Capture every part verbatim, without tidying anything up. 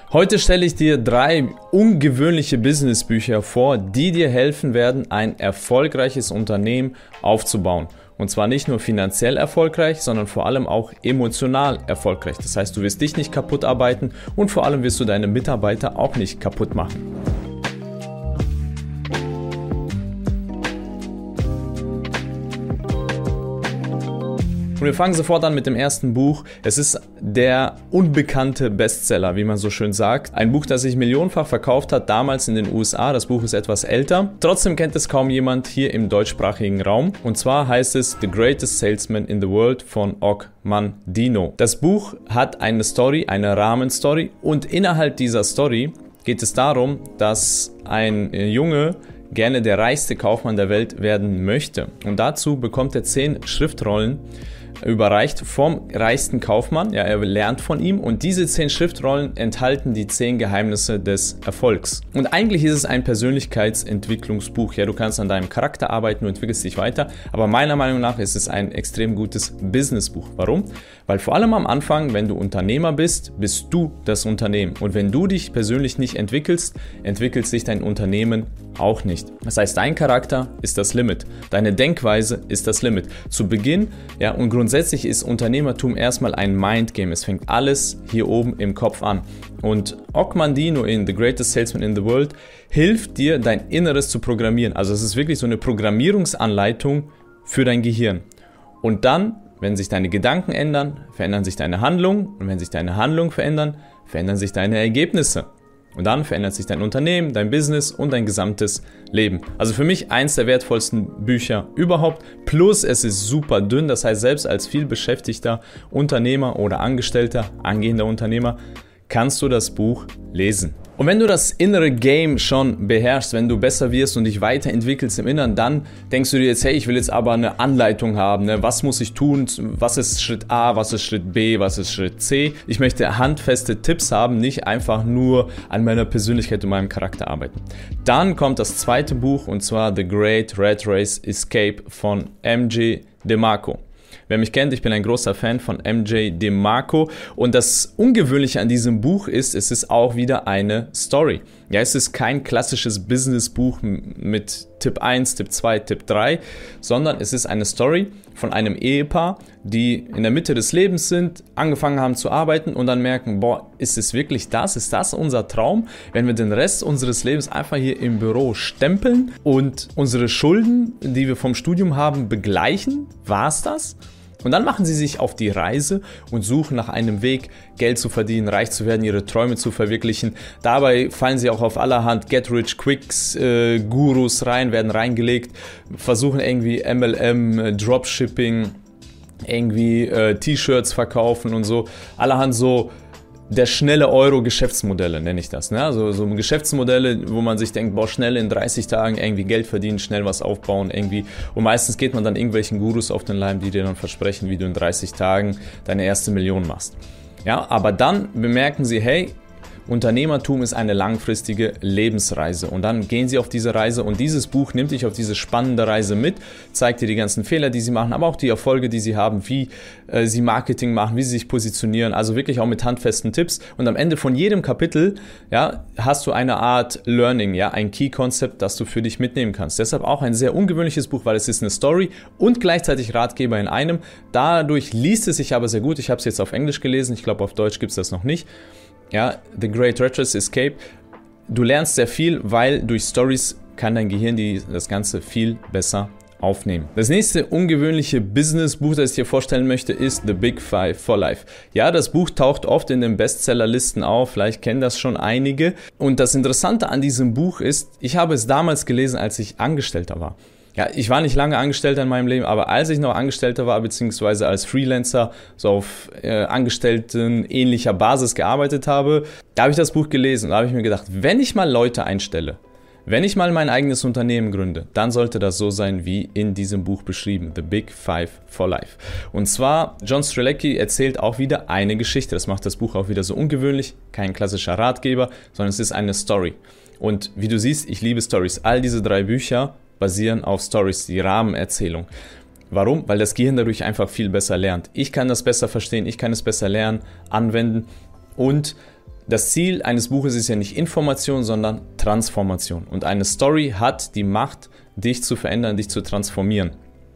Heute stelle ich dir drei ungewöhnliche Businessbücher vor, die dir helfen werden, ein erfolgreiches Unternehmen aufzubauen. Und zwar nicht nur finanziell erfolgreich, sondern vor allem auch emotional erfolgreich. Das heißt, du wirst dich nicht kaputt arbeiten und vor allem wirst du deine Mitarbeiter auch nicht kaputt machen. Und wir fangen sofort an mit dem ersten Buch. Es ist der unbekannte Bestseller, wie man so schön sagt. Ein Buch, das sich millionenfach verkauft hat, damals in den U S A. Das Buch ist etwas älter. Trotzdem kennt es kaum jemand hier im deutschsprachigen Raum. Und zwar heißt es The Greatest Salesman in the World von Og Mandino. Das Buch hat eine Story, eine Rahmenstory. Und innerhalb dieser Story geht es darum, dass ein Junge gerne der reichste Kaufmann der Welt werden möchte. Und dazu bekommt er zehn Schriftrollen überreicht vom reichsten Kaufmann. Ja, er lernt von ihm und diese zehn Schriftrollen enthalten die zehn Geheimnisse des Erfolgs. Und eigentlich ist es ein Persönlichkeitsentwicklungsbuch. Ja, du kannst an deinem Charakter arbeiten, du entwickelst dich weiter, aber meiner Meinung nach ist es ein extrem gutes Businessbuch. Warum? Weil vor allem am Anfang, wenn du Unternehmer bist, bist du das Unternehmen. Und wenn du dich persönlich nicht entwickelst, entwickelt sich dein Unternehmen auch nicht. Das heißt, dein Charakter ist das Limit. Deine Denkweise ist das Limit. Zu Beginn, ja, und grundsätzlich ist Unternehmertum erstmal ein Mindgame. Es fängt alles hier oben im Kopf an. Und Og Mandino in The Greatest Salesman in the World hilft dir, dein Inneres zu programmieren. Also es ist wirklich so eine Programmierungsanleitung für dein Gehirn. Und dann, wenn sich deine Gedanken ändern, verändern sich deine Handlungen. Und wenn sich deine Handlungen verändern, verändern sich deine Ergebnisse. Und dann verändert sich dein Unternehmen, dein Business und dein gesamtes Leben. Also für mich eins der wertvollsten Bücher überhaupt. Plus es ist super dünn, das heißt selbst als vielbeschäftigter Unternehmer oder Angestellter, angehender Unternehmer, kannst du das Buch lesen. Und wenn du das innere Game schon beherrschst, wenn du besser wirst und dich weiterentwickelst im Inneren, dann denkst du dir jetzt, hey, ich will jetzt aber eine Anleitung haben. Ne? Was muss ich tun? Was ist Schritt A? Was ist Schritt B? Was ist Schritt C? Ich möchte handfeste Tipps haben, nicht einfach nur an meiner Persönlichkeit und meinem Charakter arbeiten. Dann kommt das zweite Buch und zwar The Great Rat Race Escape von M J DeMarco. Wer mich kennt, ich bin ein großer Fan von M J DeMarco und das Ungewöhnliche an diesem Buch ist, es ist auch wieder eine Story. Ja, es ist kein klassisches Businessbuch mit Tipp eins, Tipp zwei, Tipp drei, sondern es ist eine Story von einem Ehepaar, die in der Mitte des Lebens sind, angefangen haben zu arbeiten und dann merken, boah, ist es wirklich das? Ist das unser Traum? Wenn wir den Rest unseres Lebens einfach hier im Büro stempeln und unsere Schulden, die wir vom Studium haben, begleichen, war es das? Und dann machen sie sich auf die Reise und suchen nach einem Weg, Geld zu verdienen, reich zu werden, ihre Träume zu verwirklichen. Dabei fallen sie auch auf allerhand Get-Rich-Quicks, äh, Gurus rein, werden reingelegt, versuchen irgendwie M L M, äh, Dropshipping, irgendwie äh, T-Shirts verkaufen und so. Allerhand so der schnelle Euro-Geschäftsmodelle, nenne ich das. Ne? Also so Geschäftsmodelle, wo man sich denkt, boah, schnell in dreißig Tagen irgendwie Geld verdienen, schnell was aufbauen irgendwie. Und meistens geht man dann irgendwelchen Gurus auf den Leim, die dir dann versprechen, wie du in dreißig Tagen deine erste Million machst. Ja, aber dann bemerken sie, hey, Unternehmertum ist eine langfristige Lebensreise und dann gehen sie auf diese Reise und dieses Buch nimmt dich auf diese spannende Reise mit, zeigt dir die ganzen Fehler, die sie machen, aber auch die Erfolge, die sie haben, wie äh, sie Marketing machen, wie sie sich positionieren, also wirklich auch mit handfesten Tipps und am Ende von jedem Kapitel, ja, hast du eine Art Learning, ja, ein Key-Concept, das du für dich mitnehmen kannst. Deshalb auch ein sehr ungewöhnliches Buch, weil es ist eine Story und gleichzeitig Ratgeber in einem. Dadurch liest es sich aber sehr gut. Ich habe es jetzt auf Englisch gelesen, ich glaube auf Deutsch gibt es das noch nicht. Ja, The Great Rat Race Escape. Du lernst sehr viel, weil durch Stories kann dein Gehirn die, das Ganze viel besser aufnehmen. Das nächste ungewöhnliche Businessbuch, das ich dir vorstellen möchte, ist The Big Five for Life. Ja, das Buch taucht oft in den Bestsellerlisten auf, vielleicht kennen das schon einige. Und das Interessante an diesem Buch ist, ich habe es damals gelesen, als ich Angestellter war. Ja, ich war nicht lange Angestellter in meinem Leben, aber als ich noch Angestellter war, beziehungsweise als Freelancer so auf äh, Angestellten ähnlicher Basis gearbeitet habe, da habe ich das Buch gelesen und da habe ich mir gedacht, wenn ich mal Leute einstelle, wenn ich mal mein eigenes Unternehmen gründe, dann sollte das so sein wie in diesem Buch beschrieben, The Big Five for Life. Und zwar, John Strelecki erzählt auch wieder eine Geschichte. Das macht das Buch auch wieder so ungewöhnlich, kein klassischer Ratgeber, sondern es ist eine Story. Und wie du siehst, ich liebe Stories. All diese drei Bücher basieren auf Stories, die Rahmenerzählung. Warum? Weil das Gehirn dadurch einfach viel besser lernt. Ich kann das besser verstehen, ich kann es besser lernen, anwenden und Das Ziel eines Buches ist ja nicht Information, sondern Transformation. Und eine Story hat die Macht, dich zu verändern, dich zu transformieren.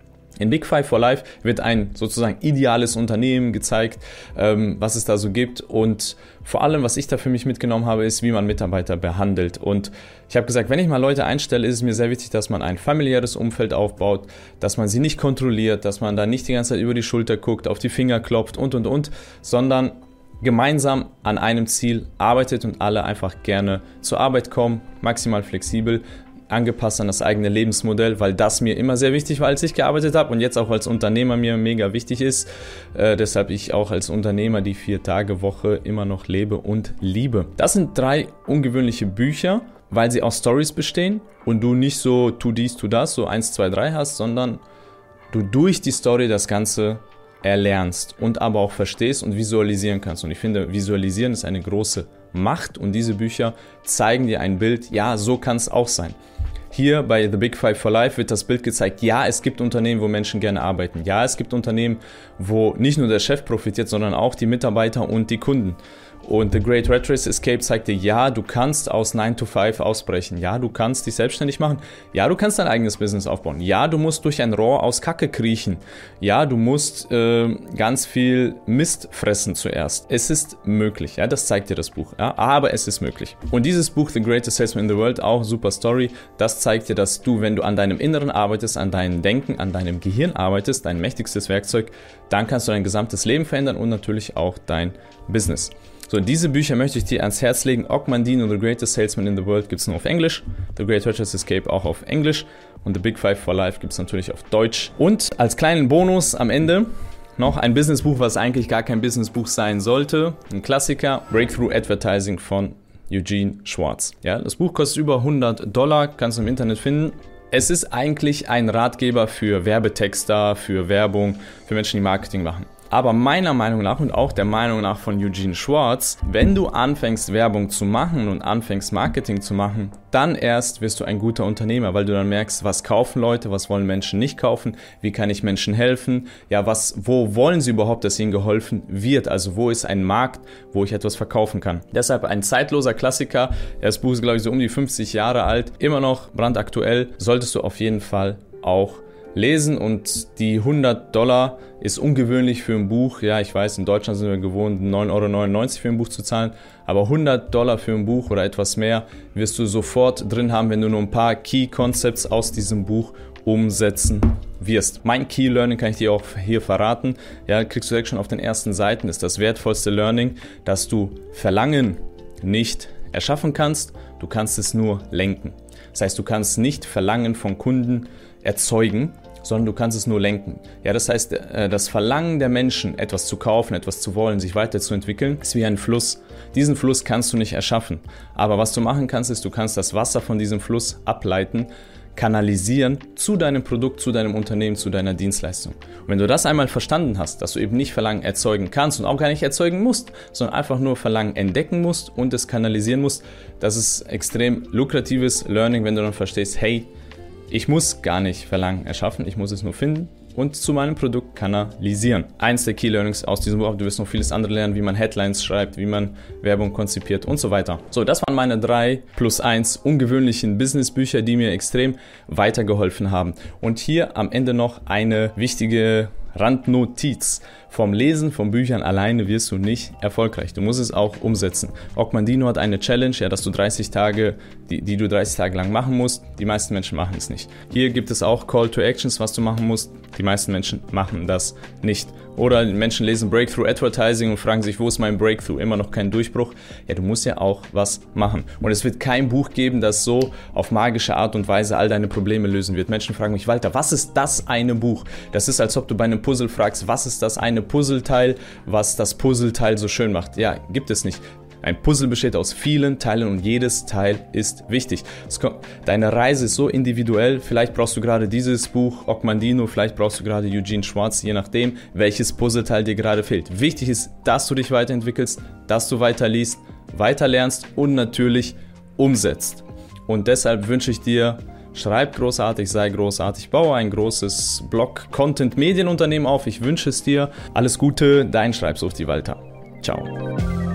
In Big Five for Life wird ein sozusagen ideales Unternehmen gezeigt, ähm, was es da so gibt, und vor allem, was ich da für mich mitgenommen habe, ist, wie man Mitarbeiter behandelt. Und ich habe gesagt, wenn ich mal Leute einstelle, ist es mir sehr wichtig, dass man ein familiäres Umfeld aufbaut, dass man sie nicht kontrolliert, dass man da nicht die ganze Zeit über die Schulter guckt, auf die Finger klopft und und und, sondern gemeinsam an einem Ziel arbeitet und alle einfach gerne zur Arbeit kommen, maximal flexibel, angepasst an das eigene Lebensmodell, weil das mir immer sehr wichtig war, als ich gearbeitet habe und jetzt auch als Unternehmer mir mega wichtig ist. Äh, deshalb ich auch als Unternehmer die Vier-Tage-Woche immer noch lebe und liebe. Das sind drei ungewöhnliche Bücher, weil sie aus Stories bestehen und du nicht so tu dies, tu das, so eins, zwei, drei hast, sondern du durch die Story das Ganze erlernst und aber auch verstehst und visualisieren kannst. Und ich finde, visualisieren ist eine große Macht und diese Bücher zeigen dir ein Bild, ja, so kann es auch sein. Hier bei The Big Five for Life wird das Bild gezeigt, ja, es gibt Unternehmen, wo Menschen gerne arbeiten. Ja, es gibt Unternehmen, wo nicht nur der Chef profitiert, sondern auch die Mitarbeiter und die Kunden. Und The Great Rat Race Escape zeigt dir, ja, du kannst aus nine to five ausbrechen. Ja, du kannst dich selbstständig machen. Ja, du kannst dein eigenes Business aufbauen. Ja, du musst durch ein Rohr aus Kacke kriechen. Ja, du musst äh, ganz viel Mist fressen zuerst. Es ist möglich, ja, das zeigt dir das Buch. Ja, aber es ist möglich. Und dieses Buch, The Greatest Salesman in the World, auch super Story, das zeigt dir, dass du, wenn du an deinem Inneren arbeitest, an deinem Denken, an deinem Gehirn arbeitest, dein mächtigstes Werkzeug, dann kannst du dein gesamtes Leben verändern und natürlich auch dein Business. So, diese Bücher möchte ich dir ans Herz legen. Og Mandino, The Greatest Salesman in the World, gibt es nur auf Englisch. The Great Rat Race Escape auch auf Englisch. Und The Big Five for Life gibt es natürlich auf Deutsch. Und als kleinen Bonus am Ende noch ein Businessbuch, was eigentlich gar kein Businessbuch sein sollte. Ein Klassiker, Breakthrough Advertising von Eugene Schwartz. Ja, das Buch kostet über hundert Dollar, kannst du im Internet finden. Es ist eigentlich ein Ratgeber für Werbetexter, für Werbung, für Menschen, die Marketing machen. Aber meiner Meinung nach und auch der Meinung nach von Eugene Schwartz, wenn du anfängst Werbung zu machen und anfängst Marketing zu machen, dann erst wirst du ein guter Unternehmer, weil du dann merkst, was kaufen Leute, was wollen Menschen nicht kaufen, wie kann ich Menschen helfen, ja, was, wo wollen sie überhaupt, dass ihnen geholfen wird, also wo ist ein Markt, wo ich etwas verkaufen kann. Deshalb ein zeitloser Klassiker, das Buch ist glaube ich so um die fünfzig Jahre alt, immer noch brandaktuell, solltest du auf jeden Fall auch lesen, und die hundert Dollar ist ungewöhnlich für ein Buch. Ja, ich weiß, in Deutschland sind wir gewohnt, neun Euro neunundneunzig für ein Buch zu zahlen, aber hundert Dollar für ein Buch oder etwas mehr wirst du sofort drin haben, wenn du nur ein paar Key Concepts aus diesem Buch umsetzen wirst. Mein Key Learning kann ich dir auch hier verraten. Ja, kriegst du direkt schon auf den ersten Seiten, ist das wertvollste Learning, dass du Verlangen nicht erschaffen kannst, du kannst es nur lenken. Das heißt, du kannst nicht Verlangen von Kunden erzeugen, sondern du kannst es nur lenken. Ja, das heißt, das Verlangen der Menschen, etwas zu kaufen, etwas zu wollen, sich weiterzuentwickeln, ist wie ein Fluss. Diesen Fluss kannst du nicht erschaffen. Aber was du machen kannst, ist, du kannst das Wasser von diesem Fluss ableiten, kanalisieren zu deinem Produkt, zu deinem Unternehmen, zu deiner Dienstleistung. Und wenn du das einmal verstanden hast, dass du eben nicht Verlangen erzeugen kannst und auch gar nicht erzeugen musst, sondern einfach nur Verlangen entdecken musst und es kanalisieren musst, das ist extrem lukratives Learning, wenn du dann verstehst, hey, ich muss gar nicht Verlangen erschaffen, ich muss es nur finden und zu meinem Produkt kanalisieren. Eins der Key Learnings aus diesem Buch, du wirst noch vieles andere lernen, wie man Headlines schreibt, wie man Werbung konzipiert und so weiter. So, das waren meine drei plus eins ungewöhnlichen Businessbücher, die mir extrem weitergeholfen haben. Und hier am Ende noch eine wichtige Randnotiz. Vom Lesen von Büchern alleine wirst du nicht erfolgreich. Du musst es auch umsetzen. Og Mandino hat eine Challenge, ja, dass du dreißig Tage, die, die du dreißig Tage lang machen musst. Die meisten Menschen machen es nicht. Hier gibt es auch Call to Actions, was du machen musst. Die meisten Menschen machen das nicht. Oder Menschen lesen Breakthrough Advertising und fragen sich, wo ist mein Breakthrough? Immer noch kein Durchbruch. Ja, du musst ja auch was machen. Und es wird kein Buch geben, das so auf magische Art und Weise all deine Probleme lösen wird. Menschen fragen mich, Walter, was ist das eine Buch? Das ist, als ob du bei einem Puzzle fragst, was ist das eine Puzzleteil, was das Puzzleteil so schön macht? Ja, gibt es nicht. Ein Puzzle besteht aus vielen Teilen und jedes Teil ist wichtig. Deine Reise ist so individuell. Vielleicht brauchst du gerade dieses Buch, Og Mandino, vielleicht brauchst du gerade Eugene Schwartz, je nachdem, welches Puzzleteil dir gerade fehlt. Wichtig ist, dass du dich weiterentwickelst, dass du weiter liest, weiter lernst und natürlich umsetzt. Und deshalb wünsche ich dir, schreib großartig, sei großartig, baue ein großes Blog-Content-Medienunternehmen auf. Ich wünsche es dir. Alles Gute, dein Schreibsucht, die Walter. Ciao.